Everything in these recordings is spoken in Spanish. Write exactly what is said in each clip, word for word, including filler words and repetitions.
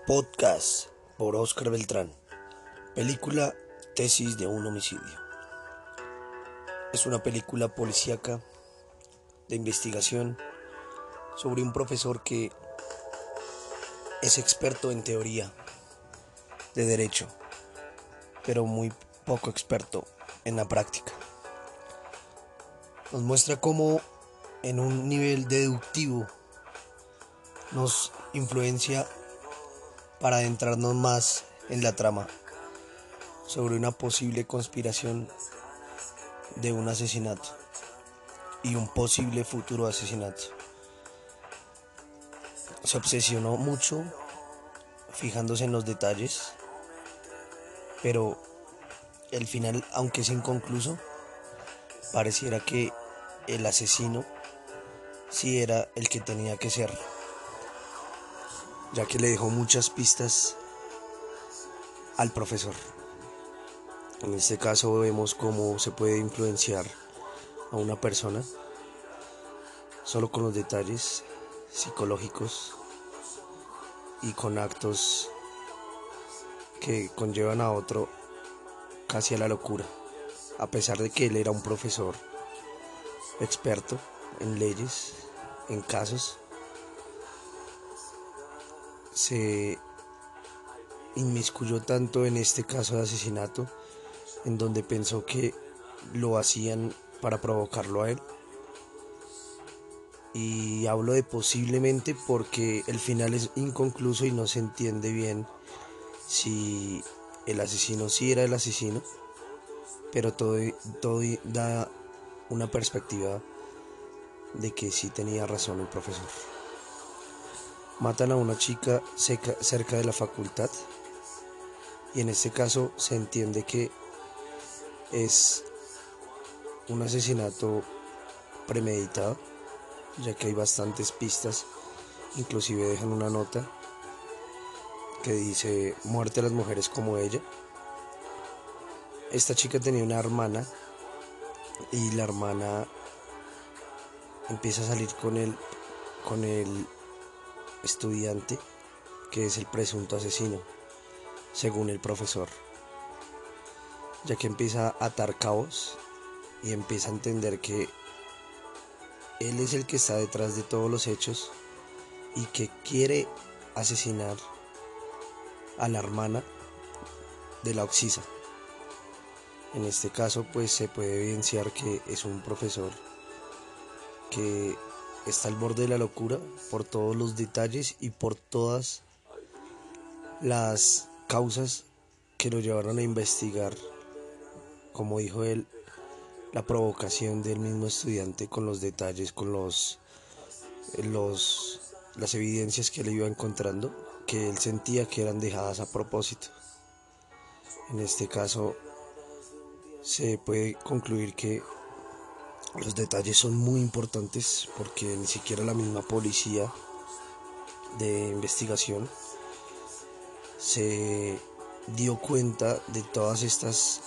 Podcast por Oscar Beltrán. Película Tesis de un homicidio. Es una película policíaca de investigación sobre un profesor que es experto en teoría de derecho, pero muy poco experto en la práctica. Nos muestra cómo en un nivel deductivo nos influencia para adentrarnos más en la trama sobre una posible conspiración de un asesinato y un posible futuro asesinato. Se obsesionó mucho fijándose en los detalles, pero el final, aunque es inconcluso, pareciera que el asesino sí era el que tenía que ser, ya que le dejó muchas pistas al profesor. En este caso vemos cómo se puede influenciar a una persona solo con los detalles psicológicos y con actos que conllevan a otro casi a la locura, a pesar de que él era un profesor experto en leyes, en casos. Se inmiscuyó tanto en este caso de asesinato, en donde pensó que lo hacían para provocarlo a él. Y hablo de posiblemente porque el final es inconcluso y no se entiende bien si el asesino sí era el asesino, pero todo, todo da una perspectiva de que sí tenía razón el profesor. Matan a una chica seca, cerca de la facultad, y en este caso se entiende que es un asesinato premeditado, ya que hay bastantes pistas. Inclusive dejan una nota que dice: muerte a las mujeres como ella. Esta chica tenía una hermana y la hermana empieza a salir con el, con el estudiante que es el presunto asesino, según el profesor, ya que empieza a atar cabos y empieza a entender que él es el que está detrás de todos los hechos y que quiere asesinar a la hermana de la occisa. En este caso pues se puede evidenciar que es un profesor que está al borde de la locura por todos los detalles y por todas las causas que lo llevaron a investigar, como dijo él, la provocación del mismo estudiante con los detalles, con los, los las evidencias que él iba encontrando, que él sentía que eran dejadas a propósito. En este caso se puede concluir que los detalles son muy importantes, porque ni siquiera la misma policía de investigación se dio cuenta de todas estas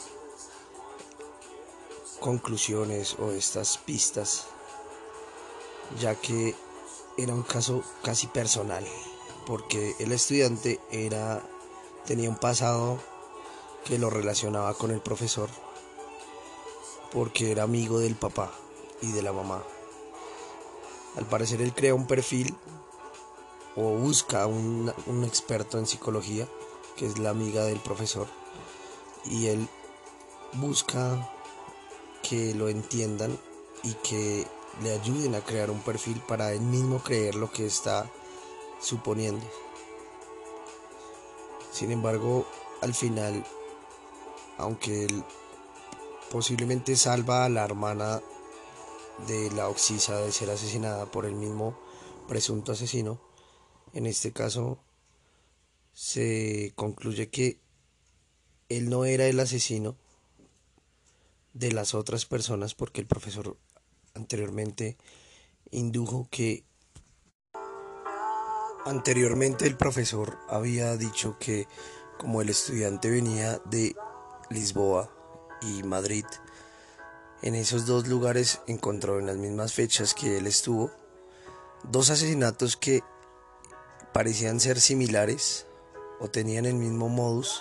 conclusiones o estas pistas, ya que era un caso casi personal, porque el estudiante era tenía un pasado que lo relacionaba con el profesor, porque era amigo del papá y de la mamá. Al parecer él crea un perfil o busca un, un experto en psicología, que es la amiga del profesor, y él busca que lo entiendan y que le ayuden a crear un perfil para él mismo creer lo que está suponiendo. Sin embargo, al final, aunque él posiblemente salva a la hermana de la occisa de ser asesinada por el mismo presunto asesino, en este caso se concluye que él no era el asesino de las otras personas, porque el profesor anteriormente indujo que anteriormente el profesor había dicho que como el estudiante venía de Lisboa y Madrid, en esos dos lugares encontró en las mismas fechas que él estuvo dos asesinatos que parecían ser similares, o tenían el mismo modus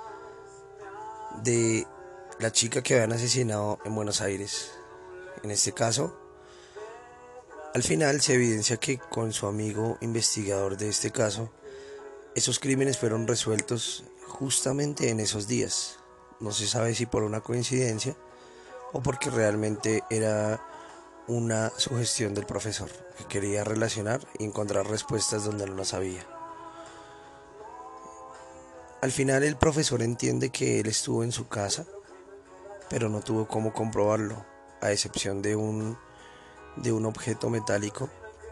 de la chica que habían asesinado en Buenos Aires. En este caso, al final se evidencia que con su amigo investigador de este caso, esos crímenes fueron resueltos justamente en esos días. No se sabe si por una coincidencia o porque realmente era una sugestión del profesor, que quería relacionar y encontrar respuestas donde no las había. Al final el profesor entiende que él estuvo en su casa, pero no tuvo cómo comprobarlo, a excepción de un, de un objeto metálico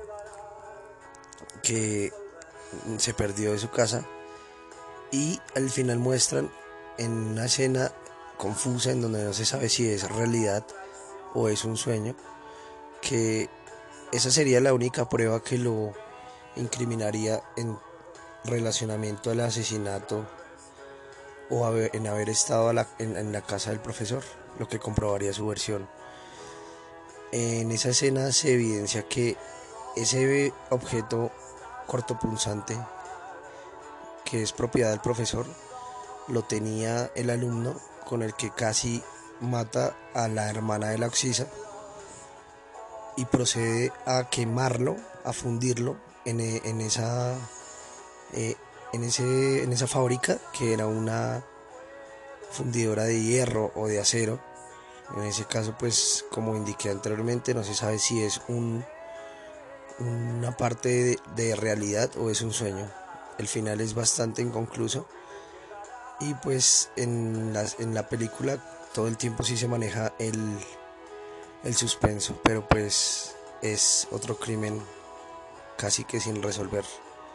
que se perdió de su casa, y al final muestran en una escena confusa en donde no se sabe si es realidad o es un sueño, que esa sería la única prueba que lo incriminaría en relacionamiento al asesinato o haber, en haber estado a la, en, en la casa del profesor, lo que comprobaría su versión. En esa escena se evidencia que ese objeto cortopunzante, que es propiedad del profesor, lo tenía el alumno con el que casi mata a la hermana de la Oxisa, y procede a quemarlo, a fundirlo en, en esa eh, en ese en esa fábrica, que era una fundidora de hierro o de acero. En ese caso, pues como indiqué anteriormente, no se sabe si es un una parte de, de realidad o es un sueño. El final es bastante inconcluso, y pues en las en la película todo el tiempo sí se maneja el el suspenso, pero pues es otro crimen casi que sin resolver.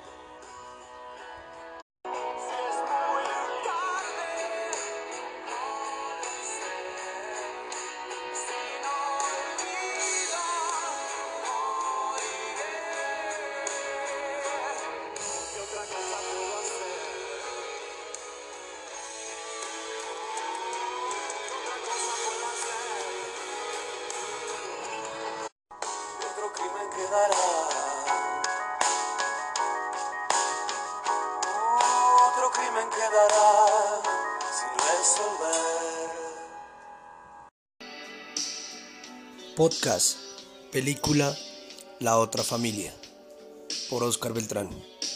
Otro crimen quedará, otro crimen quedará sin resolver. Podcast, película La Otra Familia, por Oscar Beltrán.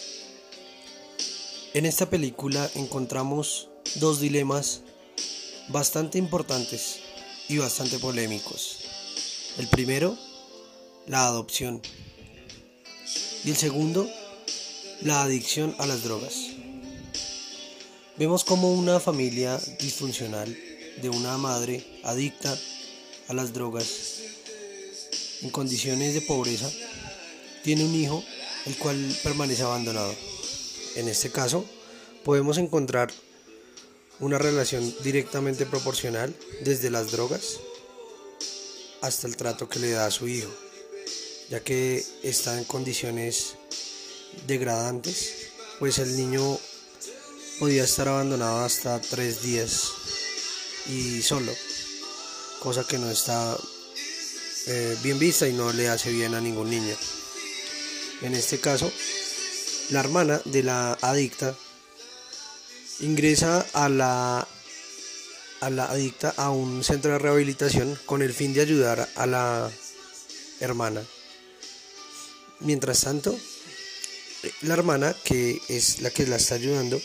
En esta película encontramos dos dilemas bastante importantes y bastante polémicos. El primero, la adopción, y el segundo, la adicción a las drogas. Vemos como una familia disfuncional de una madre adicta a las drogas en condiciones de pobreza tiene un hijo el cual permanece abandonado. En este caso podemos encontrar una relación directamente proporcional desde las drogas hasta el trato que le da a su hijo, ya que está en condiciones degradantes, pues el niño podía estar abandonado hasta tres días y solo, cosa que no está eh, bien vista y no le hace bien a ningún niño. En este caso, la hermana de la adicta ingresa a la a la adicta a un centro de rehabilitación con el fin de ayudar a la hermana. Mientras tanto, la hermana, que es la que la está ayudando,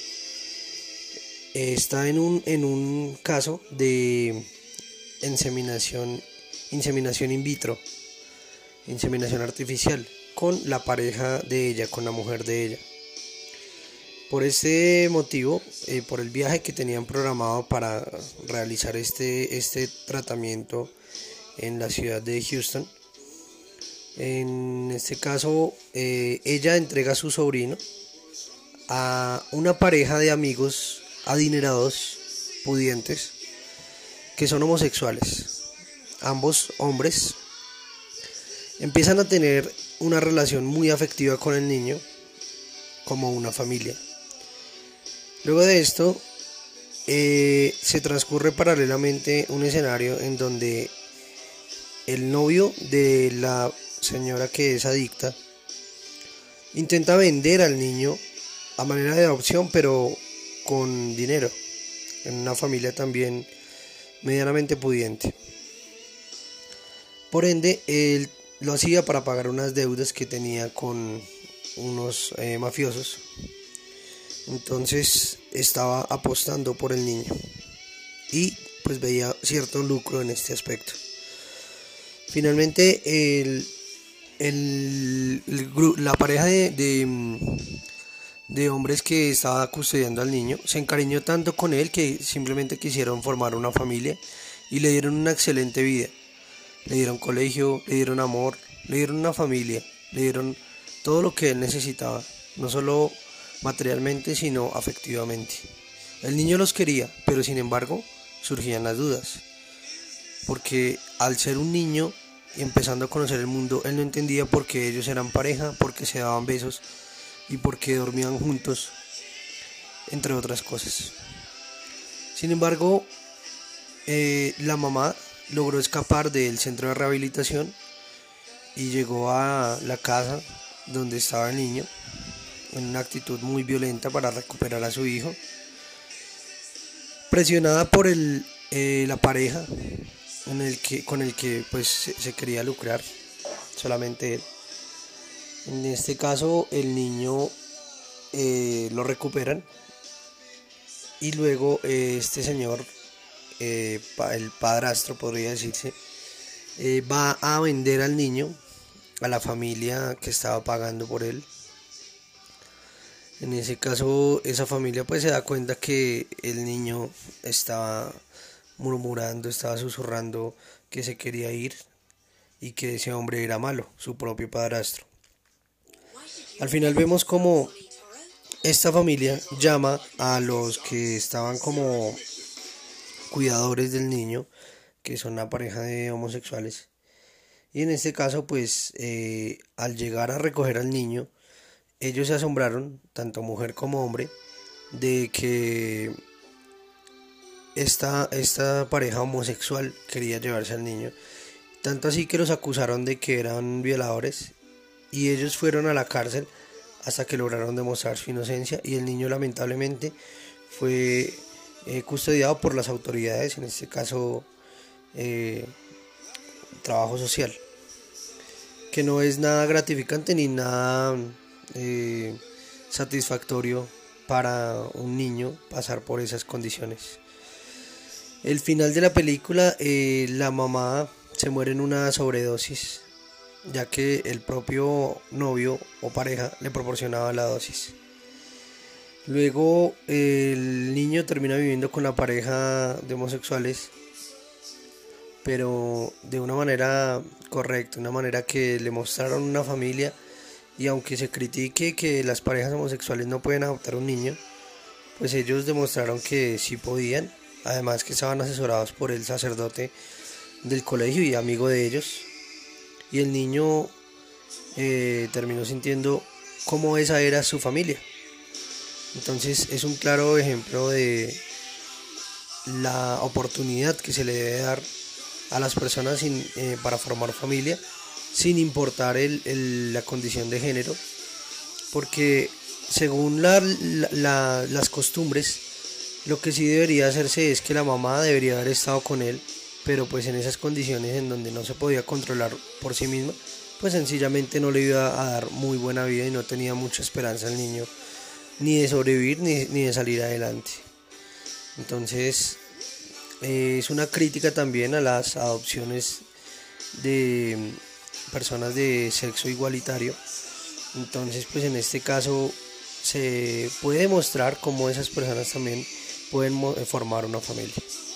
está en un en un caso de inseminación inseminación in vitro, inseminación artificial, con la pareja de ella, con la mujer de ella. Por este motivo, eh, por el viaje que tenían programado para realizar este, este tratamiento en la ciudad de Houston, en este caso eh, ella entrega a su sobrino a una pareja de amigos adinerados, pudientes, que son homosexuales. Ambos hombres empiezan a tener una relación muy afectiva con el niño, como una familia. Luego de esto, eh, se transcurre paralelamente un escenario en donde el novio de la señora que es adicta intenta vender al niño a manera de adopción, pero con dinero, en una familia también medianamente pudiente. Por ende, él lo hacía para pagar unas deudas que tenía con unos eh, mafiosos. Entonces estaba apostando por el niño y pues veía cierto lucro en este aspecto. Finalmente el, el, el, la pareja de, de, de hombres que estaba custodiando al niño se encariñó tanto con él que simplemente quisieron formar una familia y le dieron una excelente vida. Le dieron colegio, le dieron amor, le dieron una familia, le dieron todo lo que él necesitaba, no solo materialmente sino afectivamente. El niño los quería, pero sin embargo surgían las dudas, porque al ser un niño y empezando a conocer el mundo, él no entendía por qué ellos eran pareja, por qué se daban besos y por qué dormían juntos, entre otras cosas. Sin embargo, eh, la mamá logró escapar del centro de rehabilitación y llegó a la casa donde estaba el niño en una actitud muy violenta para recuperar a su hijo, presionada por el, eh, la pareja en el que, con el que pues, se, se quería lucrar, solamente él. En este caso el niño eh, lo recuperan y luego eh, este señor, eh, el padrastro podría decirse, eh, va a vender al niño a la familia que estaba pagando por él. En ese caso esa familia pues se da cuenta que el niño estaba murmurando, estaba susurrando que se quería ir y que ese hombre era malo, su propio padrastro. Al final vemos como esta familia llama a los que estaban como cuidadores del niño, que son una pareja de homosexuales, y en este caso pues eh, al llegar a recoger al niño, ellos se asombraron, tanto mujer como hombre, de que esta, esta pareja homosexual quería llevarse al niño, tanto así que los acusaron de que eran violadores y ellos fueron a la cárcel hasta que lograron demostrar su inocencia, y el niño lamentablemente fue eh, custodiado por las autoridades, en este caso eh, trabajo social, que no es nada gratificante ni nada eh, satisfactorio para un niño pasar por esas condiciones. El final de la película, eh, la mamá se muere en una sobredosis, ya que el propio novio o pareja le proporcionaba la dosis. Luego eh, el niño termina viviendo con la pareja de homosexuales, pero de una manera correcta, una manera que le mostraron una familia, y aunque se critique que las parejas homosexuales no pueden adoptar un niño, pues ellos demostraron que sí podían, además que estaban asesorados por el sacerdote del colegio y amigo de ellos, y el niño eh, terminó sintiendo cómo esa era su familia. Entonces es un claro ejemplo de la oportunidad que se le debe dar a las personas sin, eh, para formar familia, sin importar el, el, la condición de género, porque según la, la, la, las costumbres, lo que sí debería hacerse es que la mamá debería haber estado con él, pero pues en esas condiciones en donde no se podía controlar por sí misma, pues sencillamente no le iba a dar muy buena vida y no tenía mucha esperanza el niño, ni de sobrevivir ni, ni de salir adelante. Entonces eh, es una crítica también a las adopciones de personas de sexo igualitario. Entonces pues en este caso se puede demostrar cómo esas personas también pueden formar una familia.